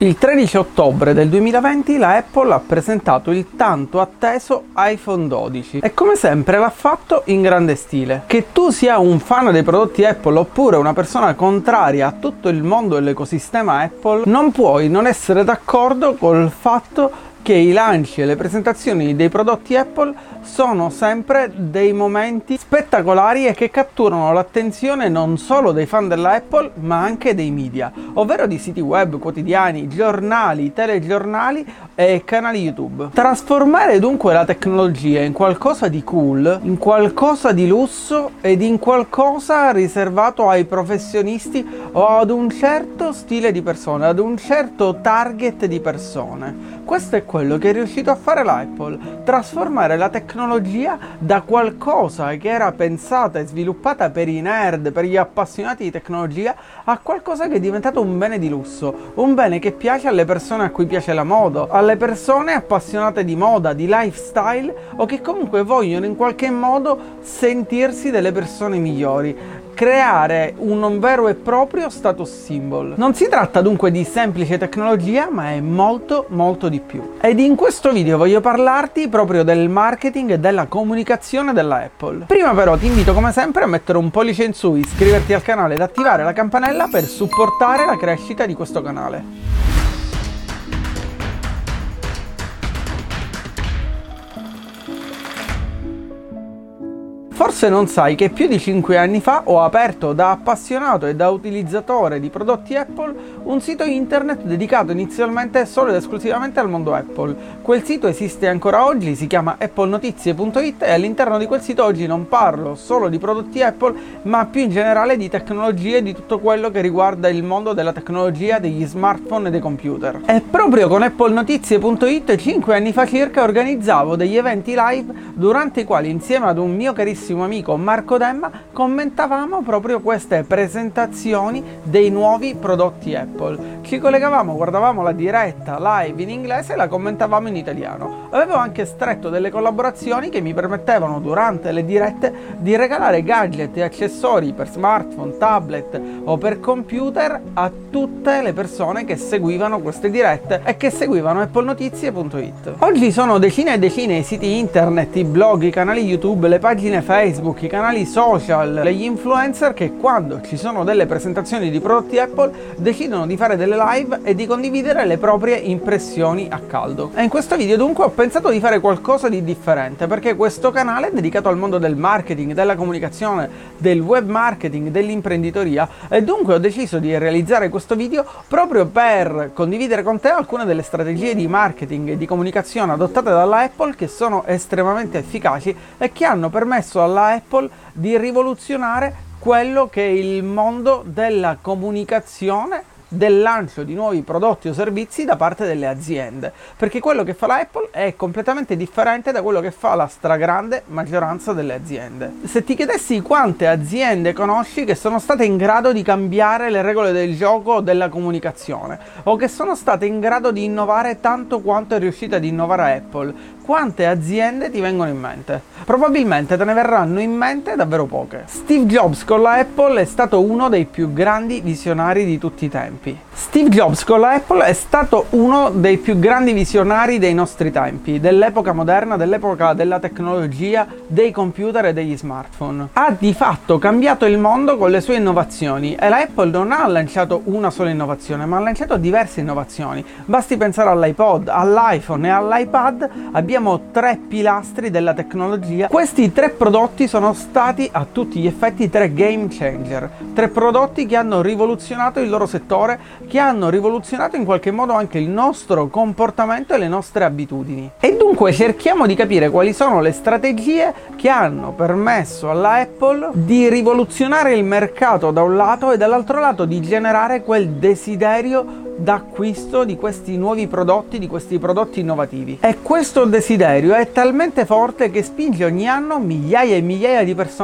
Il 13 ottobre del 2020 la Apple ha presentato il tanto atteso iPhone 12 e come sempre l'ha fatto in grande stile. Che tu sia un fan dei prodotti Apple oppure una persona contraria a tutto il mondo dell'ecosistema Apple, non puoi non essere d'accordo col fatto che i lanci e le presentazioni dei prodotti Apple sono sempre dei momenti spettacolari e che catturano l'attenzione non solo dei fan della Apple ma anche dei media, ovvero di siti web, quotidiani, giornali, telegiornali e canali YouTube. Trasformare dunque la tecnologia in qualcosa di cool, in qualcosa di lusso ed in qualcosa riservato ai professionisti o ad un certo stile di persone, ad un certo target di persone. Questo è quello che è riuscito a fare l'Apple, trasformare la tecnologia da qualcosa che era pensata e sviluppata per i nerd, per gli appassionati di tecnologia, a qualcosa che è diventato un bene di lusso, un bene che piace alle persone a cui piace la moda, alle persone appassionate di moda, di lifestyle o che comunque vogliono in qualche modo sentirsi delle persone migliori. Creare un vero e proprio status symbol. Non si tratta dunque di semplice tecnologia, ma è molto di più. Ed in questo video voglio parlarti proprio del marketing e della comunicazione della Apple. Prima però ti invito come sempre a mettere un pollice in su, iscriverti al canale ed attivare la campanella per supportare la crescita di questo canale. Forse non sai che più di 5 anni fa ho aperto da appassionato e da utilizzatore di prodotti Apple un sito internet dedicato inizialmente solo ed esclusivamente al mondo Apple. Quel sito esiste ancora oggi, si chiama applenotizie.it e all'interno di quel sito oggi non parlo solo di prodotti Apple, ma più in generale di tecnologie e di tutto quello che riguarda il mondo della tecnologia, degli smartphone e dei computer. E proprio con applenotizie.it 5 anni fa circa organizzavo degli eventi live durante i quali insieme ad un mio carissimo amico Marco Demma commentavamo proprio queste presentazioni dei nuovi prodotti Apple. Ci collegavamo, guardavamo la diretta live in inglese e la commentavamo in italiano. Avevo anche stretto delle collaborazioni che mi permettevano durante le dirette di regalare gadget e accessori per smartphone, tablet o per computer a tutte le persone che seguivano queste dirette e che seguivano applenotizie.it. Oggi sono decine e decine i siti internet, i blog, i canali YouTube, le pagine Facebook, i canali social, gli influencer che quando ci sono delle presentazioni di prodotti Apple decidono di fare delle live e di condividere le proprie impressioni a caldo. E in questo video dunque ho pensato di fare qualcosa di differente perché questo canale è dedicato al mondo del marketing, della comunicazione, del web marketing, dell'imprenditoria e dunque ho deciso di realizzare questo video proprio per condividere con te alcune delle strategie di marketing e di comunicazione adottate dalla Apple che sono estremamente efficaci e che hanno permesso alla Apple di rivoluzionare quello che è il mondo della comunicazione, del lancio di nuovi prodotti o servizi da parte delle aziende, perché quello che fa la Apple è completamente differente da quello che fa la stragrande maggioranza delle aziende. Se ti chiedessi quante aziende conosci che sono state in grado di cambiare le regole del gioco della comunicazione o che sono state in grado di innovare tanto quanto è riuscita ad innovare Apple, quante aziende ti vengono in mente? Probabilmente te ne verranno in mente davvero poche. Steve Jobs con la Apple è stato uno dei più grandi visionari di tutti i tempi. Steve Jobs con la Apple è stato uno dei più grandi visionari dei nostri tempi, dell'epoca moderna, dell'epoca della tecnologia, dei computer e degli smartphone. Ha di fatto cambiato il mondo con le sue innovazioni e la Apple non ha lanciato una sola innovazione, ma ha lanciato diverse innovazioni. Basti pensare all'iPod, all'iPhone e all'iPad, abbiamo 3 pilastri della tecnologia. Questi 3 prodotti sono stati a tutti gli effetti 3 game changer, 3 prodotti che hanno rivoluzionato il loro settore, che hanno rivoluzionato in qualche modo anche il nostro comportamento e le nostre abitudini. E dunque cerchiamo di capire quali sono le strategie che hanno permesso alla Apple di rivoluzionare il mercato da un lato e dall'altro lato di generare quel desiderio d'acquisto di questi nuovi prodotti, di questi prodotti innovativi. E questo desiderio è talmente forte che spinge ogni anno migliaia e migliaia di persone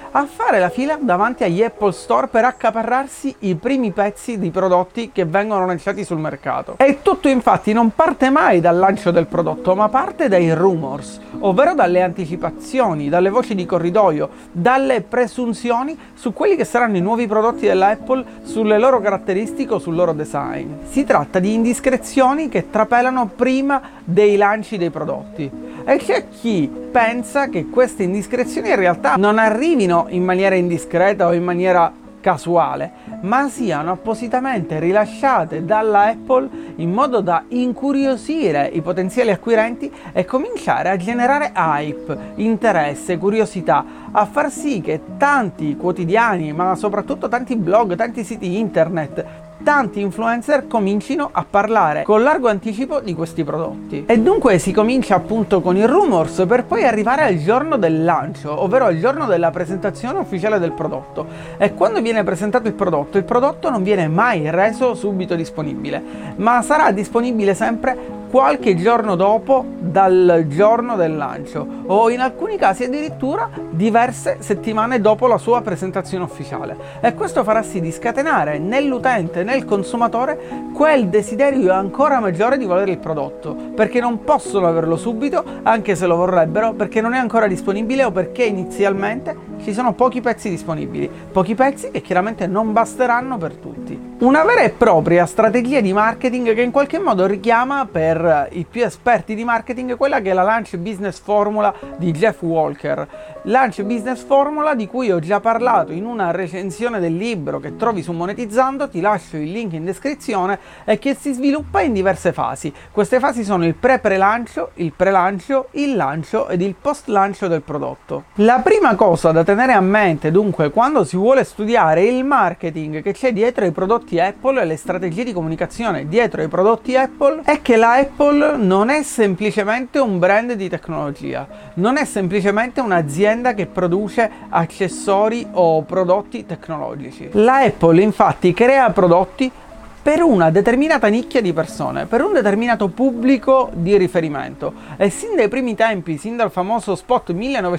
a fare la fila davanti agli Apple Store per accaparrarsi i primi pezzi di prodotti che vengono lanciati sul mercato. E tutto infatti non parte mai dal lancio del prodotto, ma parte dai rumors, ovvero dalle anticipazioni, dalle voci di corridoio, dalle presunzioni su quelli che saranno i nuovi prodotti della Apple, sulle loro caratteristiche o sul loro design. Si tratta di indiscrezioni che trapelano prima dei lanci dei prodotti. E c'è chi pensa che queste indiscrezioni in realtà non arrivino in maniera indiscreta o in maniera casuale, ma siano appositamente rilasciate dalla Apple in modo da incuriosire i potenziali acquirenti e cominciare a generare hype, interesse, curiosità, a far sì che tanti quotidiani, ma soprattutto tanti blog, tanti siti internet, tanti influencer comincino a parlare con largo anticipo di questi prodotti. E dunque si comincia appunto con i rumors per poi arrivare al giorno del lancio, ovvero al giorno della presentazione ufficiale del prodotto. E quando viene presentato il prodotto non viene mai reso subito disponibile, ma sarà disponibile sempre qualche giorno dopo dal giorno del lancio, o in alcuni casi addirittura diverse settimane dopo la sua presentazione ufficiale. E questo farà sì di scatenare nell'utente, nel consumatore, quel desiderio ancora maggiore di volere il prodotto, perché non possono averlo subito, anche se lo vorrebbero, perché non è ancora disponibile o perché inizialmente ci sono pochi pezzi disponibili, pochi pezzi che chiaramente non basteranno per tutti. Una vera e propria strategia di marketing che in qualche modo richiama per i più esperti di marketing quella che è la Launch Business Formula di Jeff Walker. Launch Business Formula di cui ho già parlato in una recensione del libro che trovi su Monetizzando, ti lascio il link in descrizione, e che si sviluppa in diverse fasi. Queste fasi sono il pre-lancio, il pre-lancio, il lancio ed il post-lancio del prodotto. La prima cosa da tenere a mente dunque quando si vuole studiare il marketing che c'è dietro ai prodotti Apple e le strategie di comunicazione dietro ai prodotti Apple è che la Apple non è semplicemente un brand di tecnologia, non è semplicemente un'azienda che produce accessori o prodotti tecnologici. La Apple infatti crea prodotti per una determinata nicchia di persone, per un determinato pubblico di riferimento. E sin dai primi tempi, sin dal famoso spot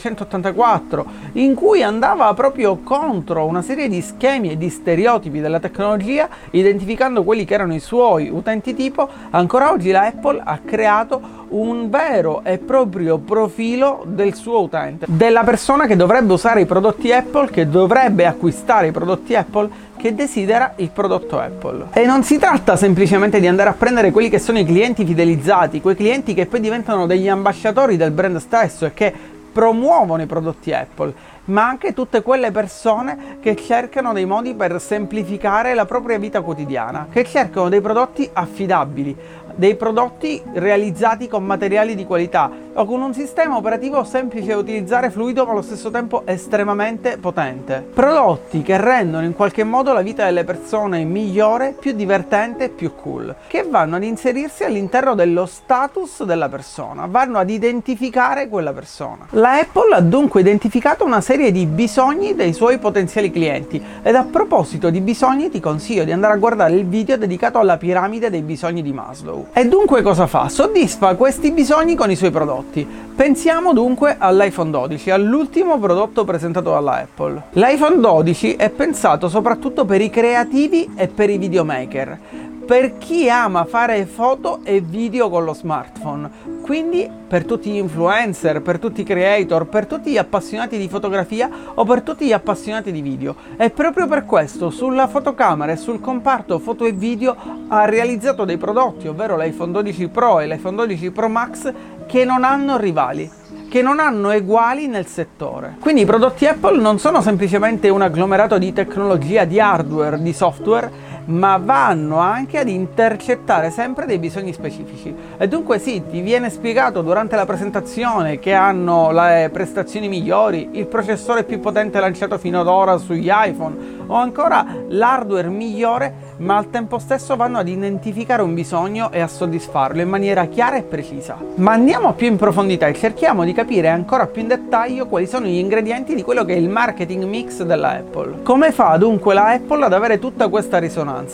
1984, in cui andava proprio contro una serie di schemi e di stereotipi della tecnologia, identificando quelli che erano i suoi utenti tipo, ancora oggi la Apple ha creato un vero e proprio profilo del suo utente, della persona che dovrebbe usare i prodotti Apple, che dovrebbe acquistare i prodotti Apple, che desidera il prodotto Apple. E non si tratta semplicemente di andare a prendere quelli che sono i clienti fidelizzati, quei clienti che poi diventano degli ambasciatori del brand stesso e che promuovono i prodotti Apple, ma anche tutte quelle persone che cercano dei modi per semplificare la propria vita quotidiana, che cercano dei prodotti affidabili, dei prodotti realizzati con materiali di qualità o con un sistema operativo semplice da utilizzare, fluido ma allo stesso tempo estremamente potente. Prodotti che rendono in qualche modo la vita delle persone migliore, più divertente, più cool, che vanno ad inserirsi all'interno dello status della persona, vanno ad identificare quella persona. La Apple ha dunque identificato una serie di bisogni dei suoi potenziali clienti, ed a proposito di bisogni ti consiglio di andare a guardare il video dedicato alla piramide dei bisogni di Maslow. E dunque cosa fa? Soddisfa questi bisogni con i suoi prodotti. Pensiamo dunque all'iPhone 12, all'ultimo prodotto presentato dalla Apple. L'iPhone 12 è pensato soprattutto per i creativi e per i videomaker, per chi ama fare foto e video con lo smartphone, quindi per tutti gli influencer, per tutti i creator, per tutti gli appassionati di fotografia o per tutti gli appassionati di video. E proprio per questo sulla fotocamera e sul comparto foto e video ha realizzato dei prodotti, ovvero l'iPhone 12 Pro e l'iPhone 12 Pro Max, che non hanno rivali, che non hanno eguali nel settore. Quindi i prodotti Apple non sono semplicemente un agglomerato di tecnologia, di hardware, di software, ma vanno anche ad intercettare sempre dei bisogni specifici. E dunque sì, ti viene spiegato durante la presentazione che hanno le prestazioni migliori, il processore più potente lanciato fino ad ora sugli iPhone, o ancora l'hardware migliore, ma al tempo stesso vanno ad identificare un bisogno e a soddisfarlo in maniera chiara e precisa. Ma andiamo più in profondità e cerchiamo di capire ancora più in dettaglio quali sono gli ingredienti di quello che è il marketing mix della Apple. Come fa dunque la Apple ad avere tutta questa risonanza?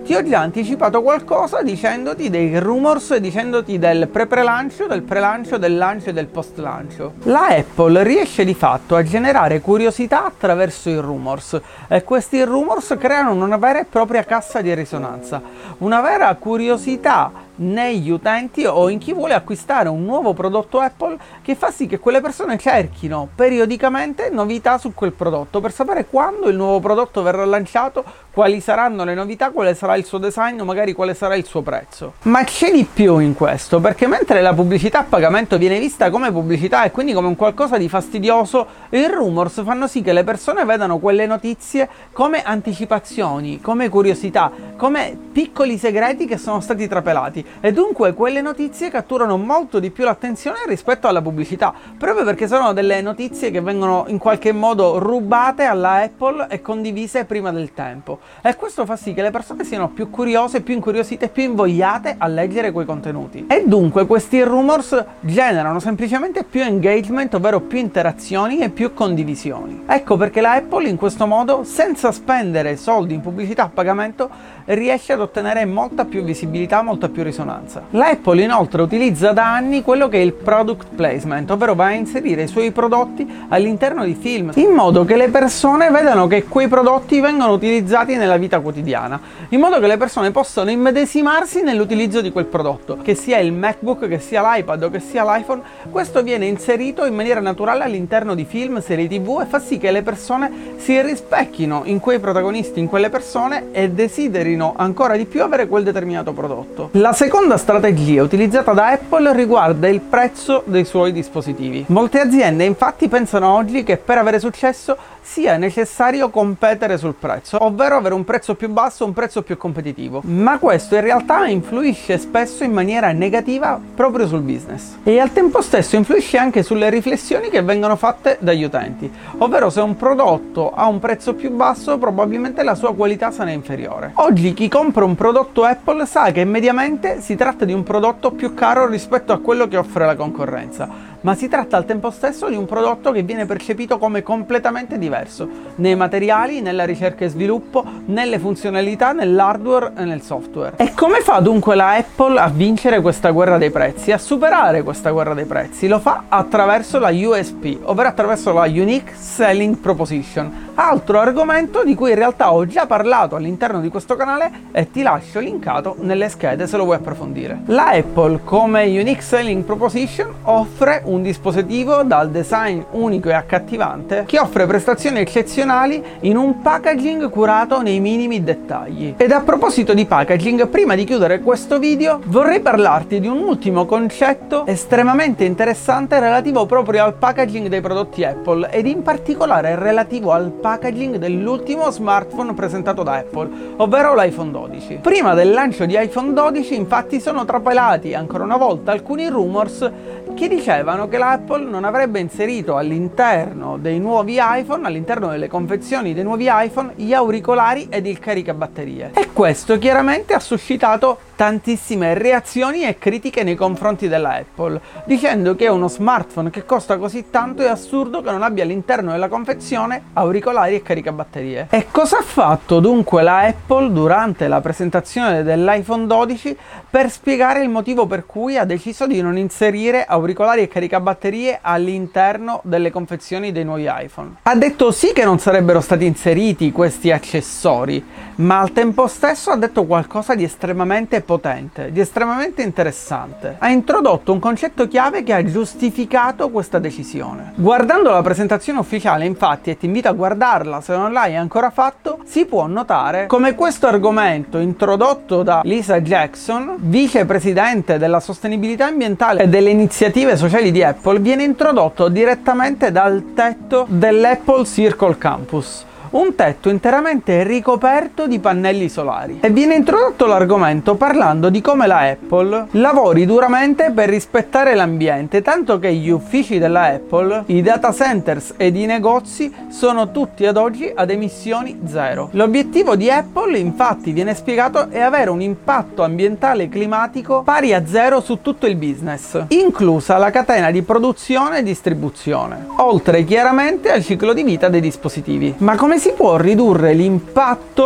ti ho già anticipato qualcosa dicendoti dei rumors, dicendoti del pre-lancio, del pre-lancio, del lancio e del post-lancio. La Apple riesce di fatto a generare curiosità attraverso i rumors e questi rumors creano una vera e propria cassa di risonanza, una vera curiosità negli utenti o in chi vuole acquistare un nuovo prodotto Apple, che fa sì che quelle persone cerchino periodicamente novità su quel prodotto per sapere quando il nuovo prodotto verrà lanciato, quali saranno le novità, quale sarà il suo design o magari quale sarà il suo prezzo. Ma c'è di più in questo, perché mentre la pubblicità a pagamento viene vista come pubblicità e quindi come un qualcosa di fastidioso, i rumors fanno sì che le persone vedano quelle notizie come anticipazioni, come curiosità, come piccoli segreti che sono stati trapelati. E dunque quelle notizie catturano molto di più l'attenzione rispetto alla pubblicità, proprio perché sono delle notizie che vengono in qualche modo rubate alla Apple e condivise prima del tempo. E questo fa sì che le persone siano più curiose, più incuriosite, più invogliate a leggere quei contenuti. E dunque questi rumors generano semplicemente più engagement, ovvero più interazioni e più condivisioni. Ecco perché la Apple in questo modo, senza spendere soldi in pubblicità a pagamento, riesce ad ottenere molta più visibilità, molta più risonanza. La Apple inoltre utilizza da anni quello che è il product placement, ovvero va a inserire i suoi prodotti all'interno di film, in modo che le persone vedano che quei prodotti vengono utilizzati nella vita quotidiana, in modo che le persone possano immedesimarsi nell'utilizzo di quel prodotto, che sia il MacBook, che sia l'iPad o che sia l'iPhone. Questo viene inserito in maniera naturale all'interno di film, serie TV e fa sì che le persone si rispecchino in quei protagonisti, in quelle persone e desiderino ancora di più avere quel determinato prodotto. La seconda strategia utilizzata da Apple riguarda il prezzo dei suoi dispositivi. Molte aziende infatti pensano oggi che per avere successo sia necessario competere sul prezzo, ovvero avere un prezzo più basso, un prezzo più competitivo. Ma questo in realtà influisce spesso in maniera negativa proprio sul business e al tempo stesso influisce anche sulle riflessioni che vengono fatte dagli utenti, ovvero se un prodotto ha un prezzo più basso probabilmente la sua qualità sarà inferiore. Oggi chi compra un prodotto Apple sa che mediamente si tratta di un prodotto più caro rispetto a quello che offre la concorrenza, ma si tratta al tempo stesso di un prodotto che viene percepito come completamente diverso nei materiali, nella ricerca e sviluppo, nelle funzionalità, nell'hardware e nel software. E come fa dunque la Apple a vincere questa guerra dei prezzi, a superare questa guerra dei prezzi? Lo fa attraverso la USP, ovvero attraverso la Unique Selling Proposition, altro argomento di cui in realtà ho già parlato all'interno di questo canale e ti lascio linkato nelle schede se lo vuoi approfondire. La Apple come Unique Selling Proposition offre un dispositivo dal design unico e accattivante che offre prestazioni eccezionali in un packaging curato nei minimi dettagli. Ed a proposito di packaging, prima di chiudere questo video vorrei parlarti di un ultimo concetto estremamente interessante relativo proprio al packaging dei prodotti Apple ed in particolare relativo al packaging dell'ultimo smartphone presentato da Apple, ovvero l'iPhone 12. Prima del lancio di iPhone 12 infatti sono trapelati ancora una volta alcuni rumors che dicevano che l'Apple non avrebbe inserito all'interno dei nuovi iPhone, all'interno delle confezioni dei nuovi iPhone, gli auricolari ed il caricabatterie. E questo chiaramente ha suscitato tantissime reazioni e critiche nei confronti della Apple, dicendo che uno smartphone che costa così tanto è assurdo che non abbia all'interno della confezione auricolari e caricabatterie. E cosa ha fatto dunque la Apple durante la presentazione dell'iPhone 12 per spiegare il motivo per cui ha deciso di non inserire auricolari e caricabatterie all'interno delle confezioni dei nuovi iPhone? Ha detto sì che non sarebbero stati inseriti questi accessori, ma al tempo stesso ha detto qualcosa di estremamente potente, di estremamente interessante. Ha introdotto un concetto chiave che ha giustificato questa decisione. Guardando la presentazione ufficiale, infatti, e ti invito a guardarla se non l'hai ancora fatto, si può notare come questo argomento introdotto da Lisa Jackson, vicepresidente della sostenibilità ambientale e delle iniziative sociali di Apple, viene introdotto direttamente dal tetto dell'Apple Circle Campus. Un tetto interamente ricoperto di pannelli solari. E viene introdotto l'argomento parlando di come la Apple lavori duramente per rispettare l'ambiente, tanto che gli uffici della Apple, i data centers ed i negozi sono tutti ad oggi ad emissioni zero. L'obiettivo di Apple, infatti, viene spiegato, è avere un impatto ambientale e climatico pari a zero su tutto il business, inclusa la catena di produzione e distribuzione, oltre chiaramente al ciclo di vita dei dispositivi. Ma come si può ridurre l'impatto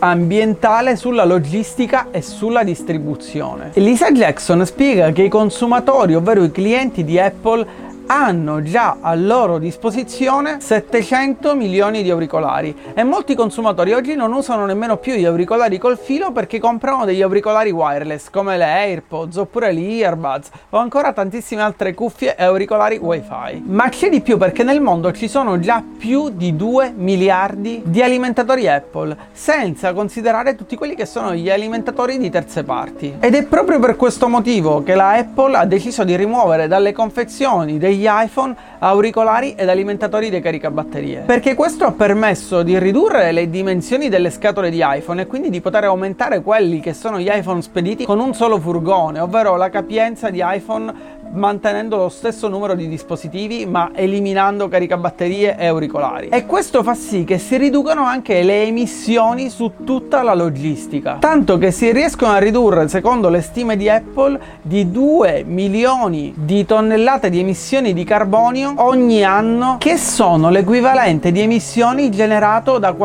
ambientale sulla logistica e sulla distribuzione. Lisa Jackson spiega che i consumatori, ovvero i clienti di Apple, hanno già a loro disposizione 700 milioni di auricolari e molti consumatori oggi non usano nemmeno più gli auricolari col filo perché comprano degli auricolari wireless come le AirPods oppure gli earbuds o ancora tantissime altre cuffie e auricolari wifi. Ma c'è di più, perché nel mondo ci sono già più di 2 miliardi di alimentatori Apple, senza considerare tutti quelli che sono gli alimentatori di terze parti. Ed è proprio per questo motivo che la Apple ha deciso di rimuovere dalle confezioni degli iPhone auricolari ed alimentatori dei caricabatterie, perché questo ha permesso di ridurre le dimensioni delle scatole di iPhone e quindi di poter aumentare quelli che sono gli iPhone spediti con un solo furgone, ovvero la capienza di iPhone, mantenendo lo stesso numero di dispositivi ma eliminando caricabatterie e auricolari. E questo fa sì che si riducano anche le emissioni su tutta la logistica, tanto che si riescono a ridurre, secondo le stime di Apple, di 2 milioni di tonnellate di emissioni di carbonio ogni anno, che sono l'equivalente di emissioni generato da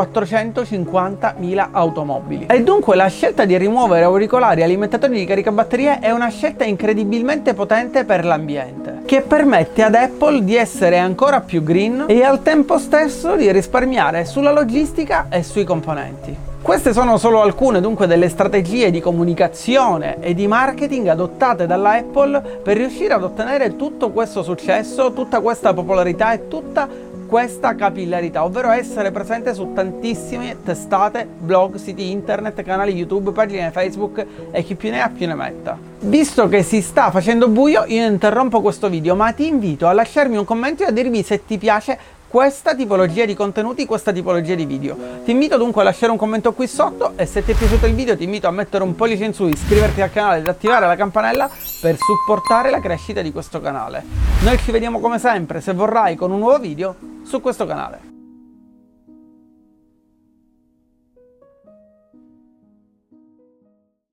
450.000 automobili. E dunque la scelta di rimuovere auricolari e alimentatori di caricabatterie è una scelta incredibilmente potente per l'ambiente, che permette ad Apple di essere ancora più green e al tempo stesso di risparmiare sulla logistica e sui componenti. Queste sono solo alcune dunque delle strategie di comunicazione e di marketing adottate dalla Apple per riuscire ad ottenere tutto questo successo, tutta questa popolarità e tutta questa capillarità, ovvero essere presente su tantissime testate, blog, siti internet, canali YouTube, pagine Facebook e chi più ne ha più ne metta. Visto che si sta facendo buio, io interrompo questo video, ma ti invito a lasciarmi un commento e a dirmi se ti piace questa tipologia di contenuti, questa tipologia di video. Ti invito dunque a lasciare un commento qui sotto e se ti è piaciuto il video ti invito a mettere un pollice in su, iscriverti al canale ed attivare la campanella per supportare la crescita di questo canale. Noi ci vediamo come sempre, se vorrai, con un nuovo video su questo canale.